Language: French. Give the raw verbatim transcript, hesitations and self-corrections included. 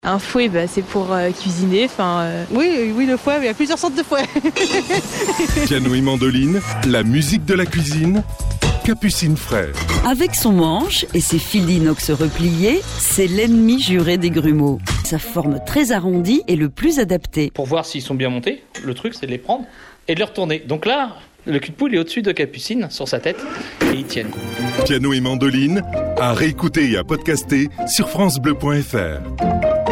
Un fouet, bah, c'est pour euh, cuisiner. Enfin, euh... Oui, oui, le fouet, il y a plusieurs sortes de fouets. Piano et mandoline, la musique de la cuisine, Capucine Frère. Avec son manche et ses fils d'inox repliés, c'est l'ennemi juré des grumeaux. Sa forme très arrondie est le plus adapté. Pour voir s'ils sont bien montés, le truc c'est de les prendre et de les retourner. Donc là, le cul de poule est au-dessus de Capucine, sur sa tête, et ils tiennent. Piano et mandoline, à réécouter et à podcaster sur francebleu point fr.